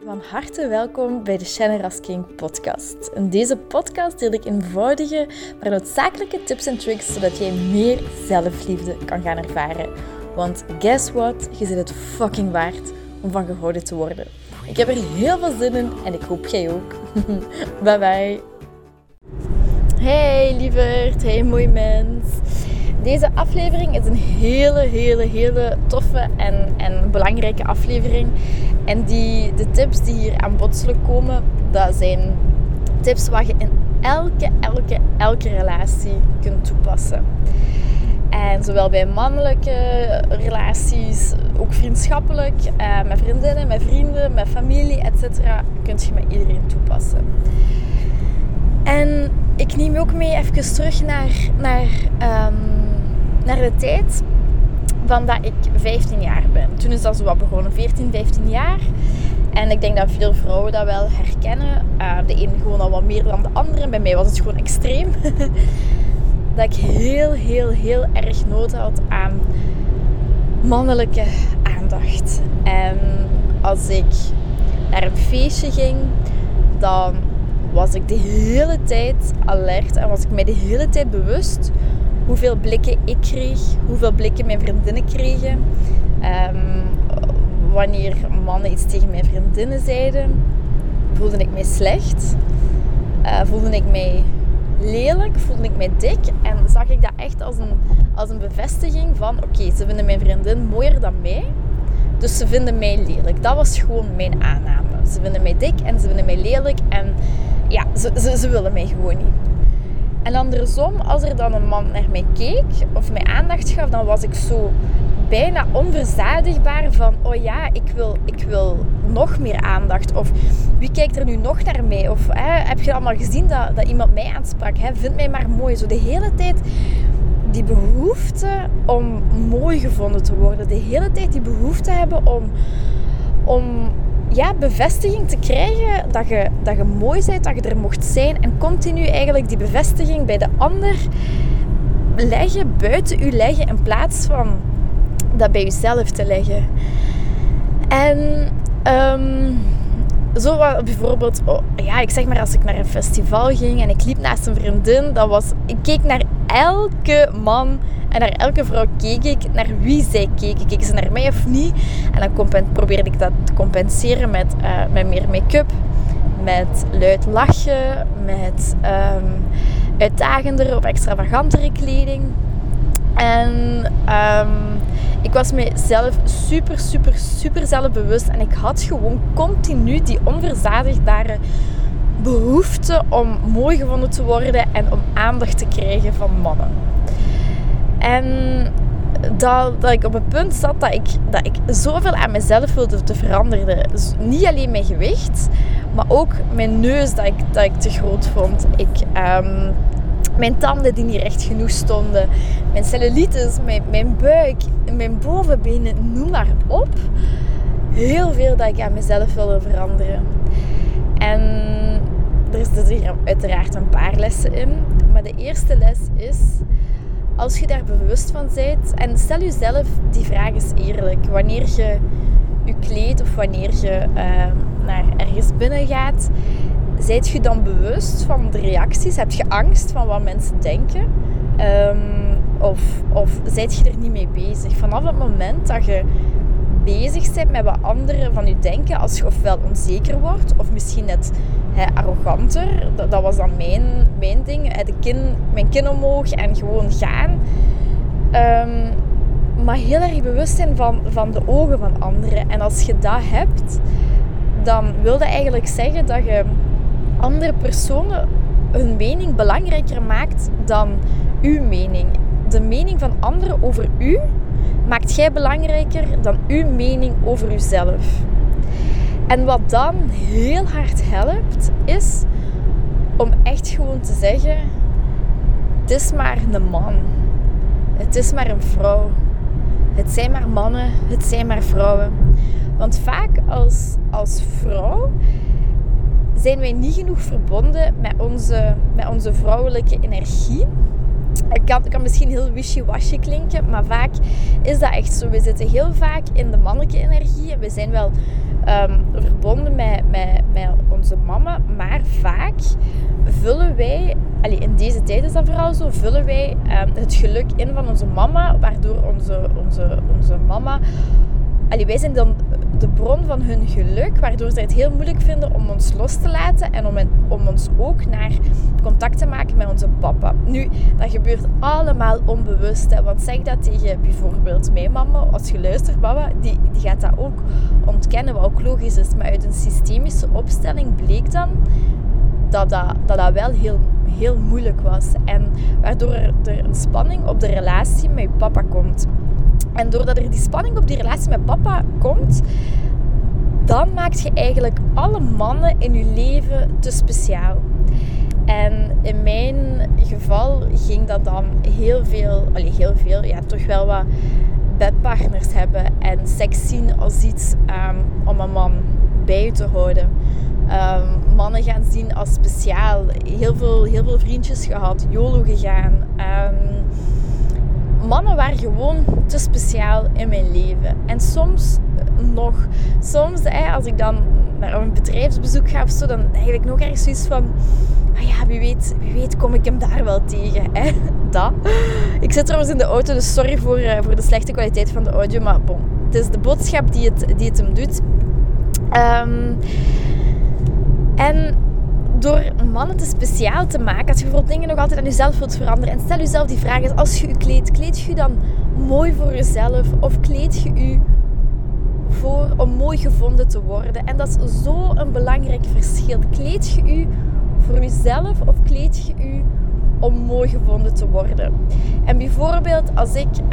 Van harte welkom bij de Shine Rasking podcast. In deze podcast deel ik eenvoudige, maar noodzakelijke tips en tricks zodat jij meer zelfliefde kan gaan ervaren. Want guess what? Je zit het fucking waard om van gehouden te worden. Ik heb er heel veel zin in en ik hoop jij ook. Bye bye. Hey lieverd, hey mooi mens. Deze aflevering is een hele toffe en belangrijke aflevering. En de tips die hier aan bod zullen komen, dat zijn tips wat je in elke relatie kunt toepassen. En zowel bij mannelijke relaties, ook vriendschappelijk, met vriendinnen, met vrienden, met familie, etc. Kun je met iedereen toepassen. En ik neem je ook mee even terug naar de tijd van dat ik 15 jaar ben. Toen is dat zo wat begonnen, 14, 15 jaar. En ik denk dat veel vrouwen dat wel herkennen. De ene gewoon al wat meer dan de andere. Bij mij was het gewoon extreem. Dat ik heel erg nood had aan mannelijke aandacht. En als ik naar een feestje ging, dan was ik de hele tijd alert en was ik mij de hele tijd bewust hoeveel blikken ik kreeg, hoeveel blikken mijn vriendinnen kregen. Wanneer mannen iets tegen mijn vriendinnen zeiden, voelde ik mij slecht, voelde ik mij lelijk, voelde ik mij dik en zag ik dat echt als een bevestiging van oké, ze vinden mijn vriendin mooier dan mij, dus ze vinden mij lelijk. Dat was gewoon mijn aanname. Ze vinden mij dik en ze vinden mij lelijk en ja, ze willen mij gewoon niet. En andersom, als er dan een man naar mij keek of mij aandacht gaf, dan was ik zo bijna onverzadigbaar van oh ja, ik wil nog meer aandacht. Of wie kijkt er nu nog naar mij? Of heb je allemaal gezien dat iemand mij aansprak? Vind mij maar mooi. Zo de hele tijd die behoefte om mooi gevonden te worden. De hele tijd die behoefte hebben om bevestiging te krijgen dat je mooi bent, dat je er mocht zijn. En continu eigenlijk die bevestiging bij de ander leggen, buiten u leggen, in plaats van dat bij jezelf te leggen. En zo bijvoorbeeld, ik zeg maar als ik naar een festival ging en ik liep naast een vriendin, ik keek naar elke man en naar elke vrouw keek ik, naar wie zij keken. Keken ze naar mij of niet? En dan probeerde ik dat te compenseren met meer make-up, met luid lachen, met uitdagendere of extravagantere kleding. En ik was mezelf super zelfbewust en ik had gewoon continu die onverzadigbare behoefte om mooi gevonden te worden en om aandacht te krijgen van mannen. En dat ik op een punt zat dat ik zoveel aan mezelf wilde te veranderen. Dus niet alleen mijn gewicht, maar ook mijn neus dat ik te groot vond. Mijn tanden die niet recht genoeg stonden. Mijn cellulitis, mijn buik, mijn bovenbenen, noem maar op. Heel veel dat ik aan mezelf wilde veranderen. En er zitten hier uiteraard een paar lessen in. Maar de eerste les is, als je daar bewust van bent, en stel jezelf die vraag eens eerlijk. Wanneer je je kleedt of wanneer je naar ergens binnen gaat, zijt je dan bewust van de reacties? Heb je angst van wat mensen denken? Of zijt je er niet mee bezig? Vanaf het moment dat je bezig bent met wat anderen van je denken, als je ofwel onzeker wordt of misschien net arroganter, dat was dan mijn ding, mijn kin omhoog en gewoon gaan. Maar heel erg bewust zijn van de ogen van anderen. En als je dat hebt, dan wil dat eigenlijk zeggen dat je andere personen hun mening belangrijker maakt dan uw mening. De mening van anderen over u maakt jij belangrijker dan uw mening over uzelf. En wat dan heel hard helpt, is om echt gewoon te zeggen, het is maar een man. Het is maar een vrouw. Het zijn maar mannen. Het zijn maar vrouwen. Want vaak als vrouw zijn wij niet genoeg verbonden met onze vrouwelijke energie. Het kan misschien heel wishy-washy klinken, maar vaak is dat echt zo. We zitten heel vaak in de mannelijke energie. We zijn wel verbonden met onze mama. Maar vaak vullen wij, in deze tijd is dat vooral zo, vullen wij het geluk in van onze mama, waardoor onze mama... wij zijn dan de bron van hun geluk, waardoor zij het heel moeilijk vinden om ons los te laten en om ons ook naar contact te maken met onze papa. Nu, dat gebeurt allemaal onbewust, hè, want zeg dat tegen bijvoorbeeld mijn mama, als je luistert, papa, die gaat dat ook ontkennen, wat ook logisch is. Maar uit een systemische opstelling bleek dan dat wel heel moeilijk was. En waardoor er een spanning op de relatie met je papa komt. En doordat er die spanning op die relatie met papa komt, dan maakt je eigenlijk alle mannen in je leven te speciaal. En in mijn geval ging dat dan heel veel, toch wel wat bedpartners hebben en seks zien als iets om een man bij je te houden. Mannen gaan zien als speciaal. Heel veel vriendjes gehad, YOLO gegaan. Mannen waren gewoon te speciaal in mijn leven. En soms, als ik dan naar een bedrijfsbezoek ga of zo, dan heb ik nog ergens zoiets van... wie weet kom ik hem daar wel tegen. Hè? Dat. Ik zit trouwens in de auto, dus sorry voor de slechte kwaliteit van de audio. Maar bon, het is de boodschap die het hem doet. En door mannen te speciaal te maken, als je bijvoorbeeld dingen nog altijd aan jezelf wilt veranderen, en stel jezelf die vraag, als je je kleed je dan mooi voor jezelf, of kleed je je om mooi gevonden te worden? En dat is zo een belangrijk verschil. Kleed je je voor jezelf, of kleed je je om mooi gevonden te worden? En bijvoorbeeld als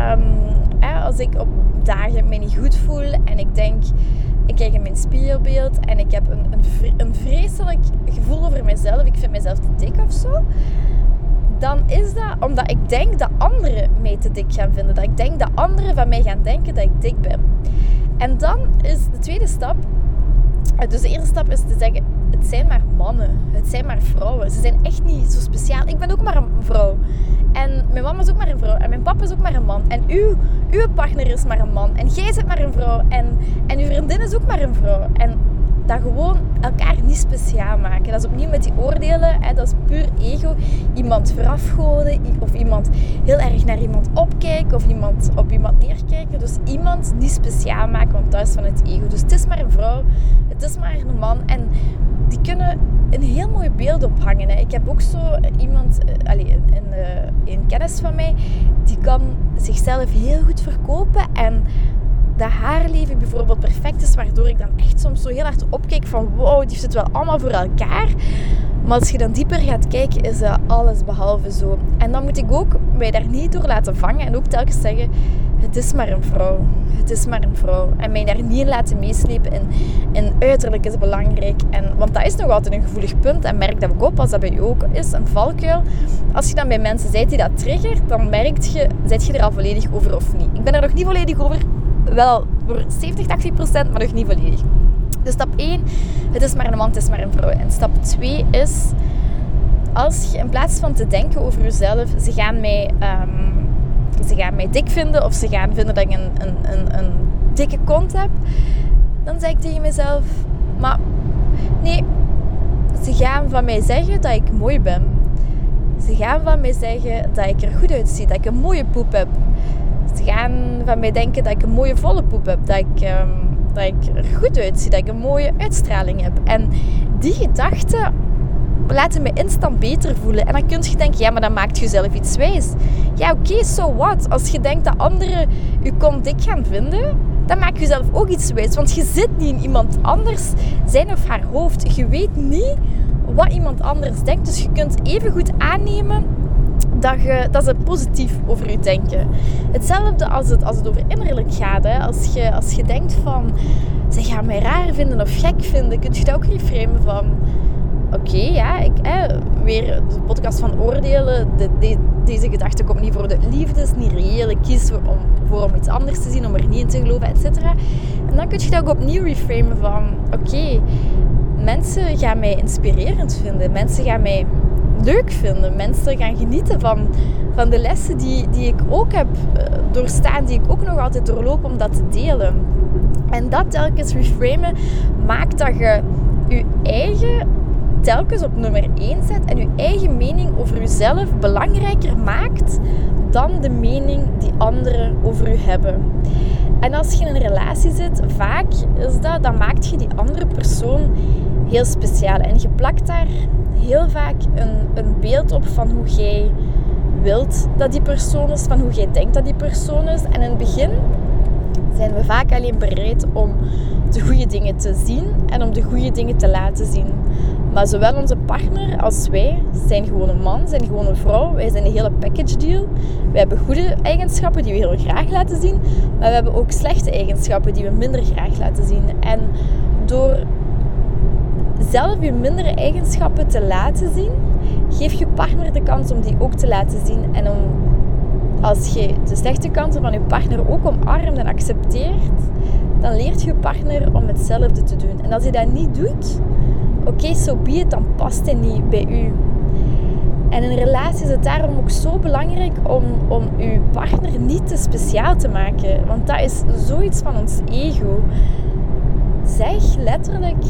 ik op dagen me niet goed voel en ik denk, ik kijk in mijn spiegelbeeld en ik heb een vreselijk gevoel over mezelf, ik vind mezelf te dik of zo, dan is dat omdat ik denk dat anderen mij te dik gaan vinden. Dat ik denk dat anderen van mij gaan denken dat ik dik ben. En dan is de tweede stap, dus de eerste stap is te zeggen, het zijn maar mannen, het zijn maar vrouwen. Ze zijn echt niet zo speciaal. Ik ben ook maar een vrouw. En mijn mama is ook maar een vrouw. En mijn papa is ook maar een man. En uw partner is maar een man. En jij bent maar een vrouw. En uw vriendin is ook maar een vrouw. En dat gewoon elkaar niet speciaal maken. Dat is opnieuw met die oordelen. Hè, dat is puur ego. Iemand verafgoden. Of iemand heel erg naar iemand opkijken. Of iemand op iemand neerkijken. Dus iemand niet speciaal maken. Want dat is van het ego. Dus het is maar een vrouw. Het is maar een man. En die kunnen een heel mooi beeld ophangen. Hè. Ik heb ook zo iemand, een kennis van mij, die kan zichzelf heel goed verkopen en dat haar leven bijvoorbeeld perfect is, waardoor ik dan echt soms zo heel hard opkijk van wow, die heeft het wel allemaal voor elkaar. Maar als je dan dieper gaat kijken, is dat alles behalve zo. En dan moet ik ook mij daar niet door laten vangen en ook telkens zeggen, het is maar een vrouw. Het is maar een vrouw. En mij daar niet in laten meeslepen in uiterlijk is belangrijk. Want dat is nog altijd een gevoelig punt. En merk dat ook op, als dat bij je ook is, een valkuil. Als je dan bij mensen bent die dat triggert, dan zet je er al volledig over of niet. Ik ben er nog niet volledig over. Wel voor 70-80%, maar nog niet volledig. Dus stap 1, het is maar een man, het is maar een vrouw. En stap 2 is, als je in plaats van te denken over jezelf, ze gaan mij dik vinden of ze gaan vinden dat ik een dikke kont heb, dan zeg ik tegen mezelf, maar nee, ze gaan van mij zeggen dat ik mooi ben. Ze gaan van mij zeggen dat ik er goed uitzie, dat ik een mooie poep heb. Ze gaan van mij denken dat ik een mooie volle poep heb, dat ik er goed uitzie, dat ik een mooie uitstraling heb. En die gedachten laten me instant beter voelen. En dan kun je denken, ja, maar dan maakt je zelf iets wijs. Ja, oké, so what? Als je denkt dat anderen je kont dik gaan vinden, dan maak je zelf ook iets wijs. Want je zit niet in iemand anders zijn of haar hoofd. Je weet niet wat iemand anders denkt. Dus je kunt even goed aannemen dat ze positief over je denken. Hetzelfde als het over innerlijk gaat. Hè. Als je denkt van, ze gaan mij raar vinden of gek vinden, kun je dat ook reframen van, oké, ja, weer de podcast van oordelen. Deze gedachte komt niet voor de liefde, is niet reëel. Ik kies om iets anders te zien, om er niet in te geloven, etc. En dan kun je dat ook opnieuw reframen van, oké, mensen gaan mij inspirerend vinden. Mensen gaan mij leuk vinden. Mensen gaan genieten van de lessen die ik ook heb doorstaan, die ik ook nog altijd doorloop om dat te delen. En dat telkens reframen maakt dat je je eigen telkens op nummer 1 zet en je eigen mening over jezelf belangrijker maakt dan de mening die anderen over je hebben. En als je in een relatie zit, vaak is dat, dan maakt je die andere persoon heel speciaal. En je plakt daar heel vaak een beeld op van hoe jij wilt dat die persoon is, van hoe jij denkt dat die persoon is. En in het begin zijn we vaak alleen bereid om de goede dingen te zien en om de goede dingen te laten zien. Maar zowel onze partner als wij zijn gewoon een man, zijn gewoon een vrouw. Wij zijn een hele package deal. We hebben goede eigenschappen die we heel graag laten zien. Maar we hebben ook slechte eigenschappen die we minder graag laten zien. En door zelf je mindere eigenschappen te laten zien, geef je partner de kans om die ook te laten zien. En als je de slechte kanten van je partner ook omarmt en accepteert, dan leert je partner om hetzelfde te doen. En als hij dat niet doet, oké, so be it, dan past hij niet bij u. En in een relatie is het daarom ook zo belangrijk om je partner niet te speciaal te maken. Want dat is zoiets van ons ego. Zeg letterlijk,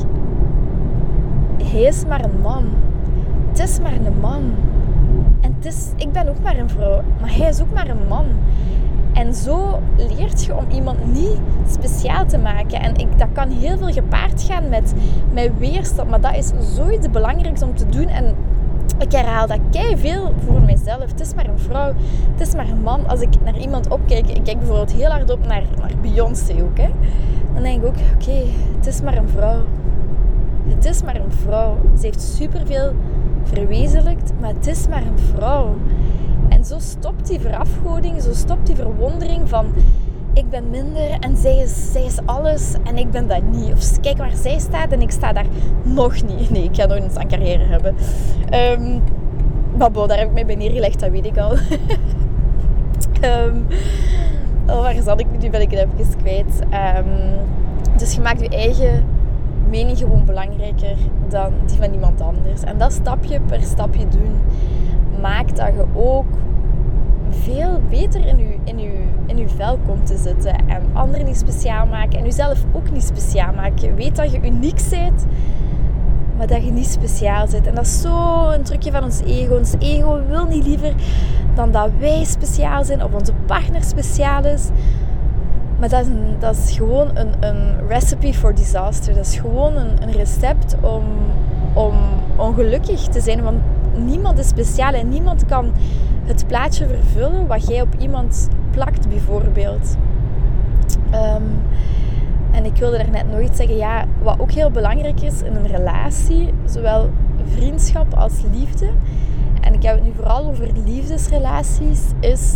hij is maar een man. Het is maar een man. En ik ben ook maar een vrouw. Maar hij is ook maar een man. En zo leert je om iemand niet speciaal te maken. En dat kan heel veel gepaard gaan met weerstand. Maar dat is zoiets belangrijks om te doen. En ik herhaal dat keiveel voor mijzelf. Het is maar een vrouw. Het is maar een man. Als ik naar iemand opkijk. Ik kijk bijvoorbeeld heel hard op naar Beyoncé ook. Hè. Dan denk ik ook, oké, het is maar een vrouw. Het is maar een vrouw. Ze heeft superveel verwezenlijkt. Maar het is maar een vrouw. En zo stopt die verafgoding, zo stopt die verwondering van ik ben minder en zij is alles en ik ben dat niet. Of kijk waar zij staat en ik sta daar nog niet. Nee, ik ga nooit eens aan carrière hebben. Maar daar heb ik mij bij neergelegd, dat weet ik al. Waar zat ik nu? Nu ben ik het even kwijt. Dus je maakt je eigen mening gewoon belangrijker dan die van iemand anders. En dat stapje per stapje doen maakt dat je ook veel beter in je vel komt te zitten. En anderen niet speciaal maken. En jezelf ook niet speciaal maken. Weet dat je uniek bent, maar dat je niet speciaal bent. En dat is zo een trucje van ons ego. Ons ego wil niet liever dan dat wij speciaal zijn of onze partner speciaal is. Maar dat is gewoon een recipe for disaster. Dat is gewoon een recept om ongelukkig te zijn. Want niemand is speciaal en niemand kan het plaatje vervullen wat jij op iemand plakt, bijvoorbeeld. En ik wilde daar net nog iets zeggen. Ja, wat ook heel belangrijk is in een relatie, zowel vriendschap als liefde. En ik heb het nu vooral over liefdesrelaties, is...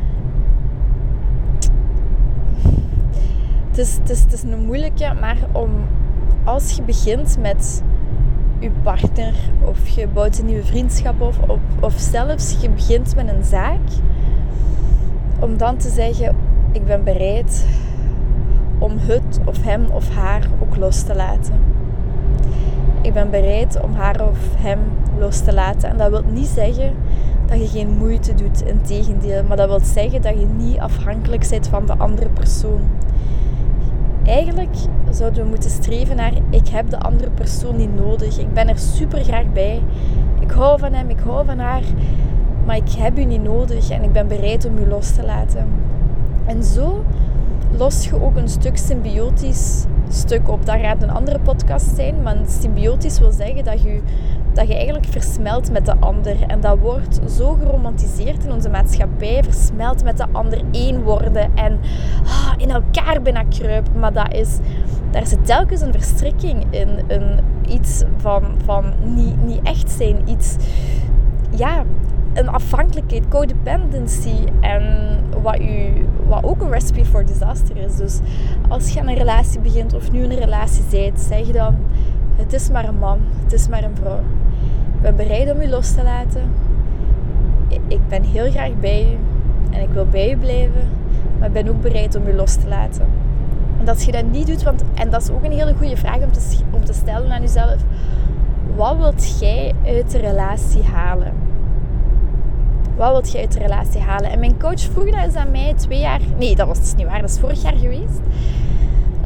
Het is een moeilijke, maar als je begint met je partner of je bouwt een nieuwe vriendschap op, of zelfs je begint met een zaak, om dan te zeggen, ik ben bereid om het of hem of haar ook los te laten. Ik ben bereid om haar of hem los te laten. En dat wil niet zeggen dat je geen moeite doet, integendeel, maar dat wil zeggen dat je niet afhankelijk bent van de andere persoon. Eigenlijk zouden we moeten streven naar, ik heb de andere persoon niet nodig. Ik ben er super graag bij. Ik hou van hem, ik hou van haar. Maar ik heb u niet nodig en ik ben bereid om u los te laten. En zo los je ook een stuk symbiotisch stuk op. Dat gaat een andere podcast zijn. Maar symbiotisch wil zeggen dat je eigenlijk versmelt met de ander. En dat wordt zo geromantiseerd in onze maatschappij. Versmelt met de ander, één worden. En in elkaar bijna kruipen. Maar daar zit telkens een verstrikking in. Iets van niet echt zijn. Iets... Ja... Een afhankelijkheid, codependency en wat ook een recipe for disaster is. Dus als je aan een relatie begint of nu in een relatie bent, zeg je dan, het is maar een man, het is maar een vrouw. Ik ben bereid om je los te laten. Ik ben heel graag bij je en ik wil bij je blijven, maar ik ben ook bereid om je los te laten. En als je dat niet doet, en dat is ook een hele goede vraag om te stellen aan jezelf, wat wilt jij uit de relatie halen? Wat wil je uit de relatie halen? En mijn coach vroeg dat eens aan mij 2 jaar... Nee, dat was dus niet waar. Dat is vorig jaar geweest.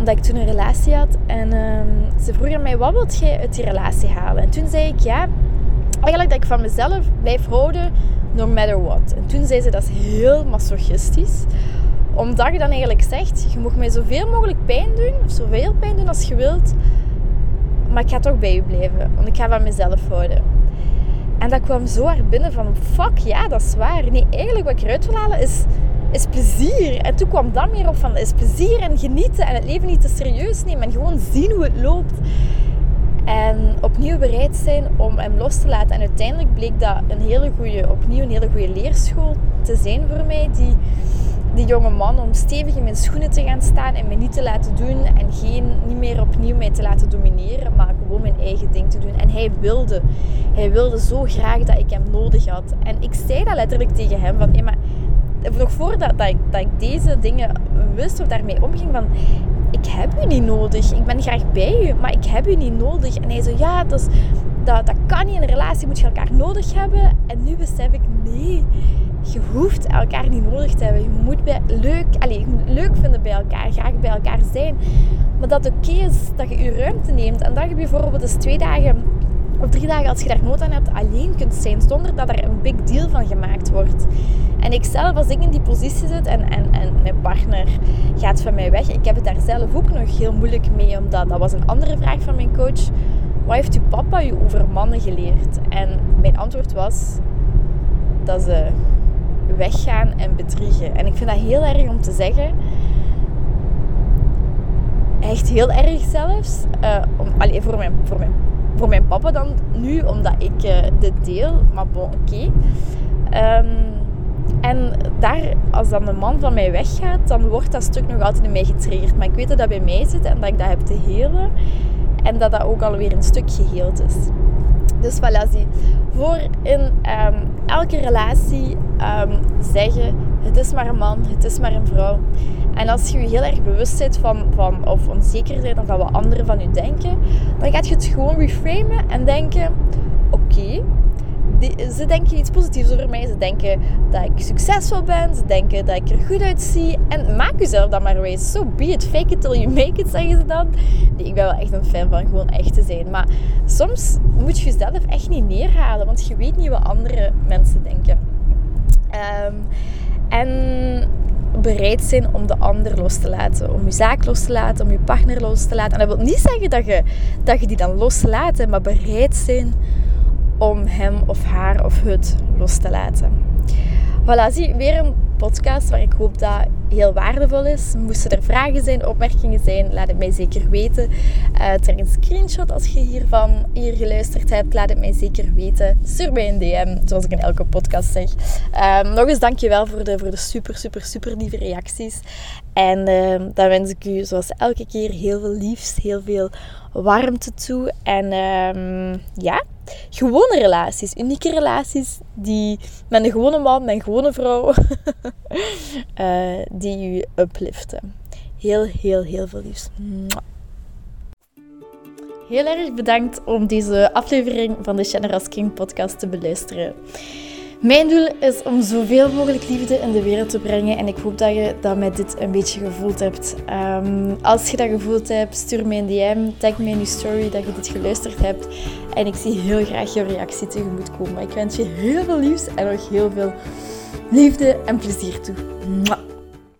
omdat ik toen een relatie had. En ze vroeg aan mij, wat wilt jij uit die relatie halen? En toen zei ik, ja, eigenlijk dat ik van mezelf blijf houden, no matter what. En toen zei ze, dat is heel masochistisch. Omdat je dan eigenlijk zegt, je mag mij zoveel mogelijk pijn doen, of zoveel pijn doen als je wilt. Maar ik ga toch bij je blijven, want ik ga van mezelf houden. En dat kwam zo hard binnen van, fuck, ja, dat is waar. Nee, eigenlijk wat ik eruit wil halen is plezier. En toen kwam dat meer op van, is plezier en genieten en het leven niet te serieus nemen en gewoon zien hoe het loopt. En opnieuw bereid zijn om hem los te laten. En uiteindelijk bleek dat opnieuw een hele goede leerschool te zijn voor mij. Die jonge man, om stevig in mijn schoenen te gaan staan en mij niet te laten doen. En niet meer opnieuw mij te laten domineren, maar gewoon mijn eigen ding te doen. En hij wilde zo graag dat ik hem nodig had. En ik zei dat letterlijk tegen hem, van, maar nog voordat ik deze dingen wist of daarmee omging, van, ik heb u niet nodig. Ik ben graag bij u, maar ik heb u niet nodig. En hij zei, ja, dat kan niet. In een relatie moet je elkaar nodig hebben. En nu besef ik, nee, je hoeft elkaar niet nodig te hebben. Je moet leuk vinden bij elkaar, graag bij elkaar zijn. Maar dat het oké is dat je je ruimte neemt. En dat je bijvoorbeeld eens 2 dagen of 3 dagen, als je daar nood aan hebt, alleen kunt zijn. Zonder dat er een big deal van gemaakt wordt. En ik zelf, als ik in die positie zit en mijn partner gaat van mij weg. Ik heb het daar zelf ook nog heel moeilijk mee. Omdat dat was een andere vraag van mijn coach. Wat heeft uw papa je over mannen geleerd? En mijn antwoord was dat ze weggaan en bedriegen. En ik vind dat heel erg om te zeggen. Echt heel erg zelfs. Voor mijn papa dan nu, omdat ik dit deel. Maar bon, oké. En daar, als dan een man van mij weggaat, dan wordt dat stuk nog altijd in mij getriggerd. Maar ik weet dat dat bij mij zit en dat ik dat heb te helen. En dat dat ook alweer een stuk geheeld is. Dus voilà, zie. Voor in elke relatie zeggen, het is maar een man, het is maar een vrouw. En als je je heel erg bewust bent van of onzeker bent van wat anderen van je denken, dan gaat je het gewoon reframen en denken, oké, ze denken iets positiefs over mij. Ze denken dat ik succesvol ben. Ze denken dat ik er goed uitzie. En maak jezelf dan maar wijs. So be it. Fake it till you make it, zeggen ze dan. Nee, ik ben wel echt een fan van gewoon echt te zijn. Maar soms moet je jezelf echt niet neerhalen. Want je weet niet wat andere mensen denken. En bereid zijn om de ander los te laten. Om je zaak los te laten. Om je partner los te laten. En dat wil niet zeggen dat je die dan loslaat. Maar bereid zijn om hem of haar of het los te laten. Voilà, zie, weer een podcast waar ik hoop dat heel waardevol is. Moesten er vragen zijn, opmerkingen zijn, laat het mij zeker weten. Ter een screenshot als je hier geluisterd hebt, laat het mij zeker weten. Stuur mij een DM, zoals ik in elke podcast zeg. Nog eens dankjewel voor de super, super, super lieve reacties. En dan wens ik u zoals elke keer heel veel liefs, heel veel warmte toe. En gewone relaties, unieke relaties die met een gewone man, met een gewone vrouw, die u upliften. Heel, heel, heel veel liefs. Heel erg bedankt om deze aflevering van de Generous King podcast te beluisteren. Mijn doel is om zoveel mogelijk liefde in de wereld te brengen en ik hoop dat je dat met dit een beetje gevoeld hebt. Als je dat gevoeld hebt, stuur mij een DM, tag me in je story dat je dit geluisterd hebt en ik zie heel graag jouw reactie tegemoetkomen. Ik wens je heel veel liefs en nog heel veel liefde en plezier toe. Mwah.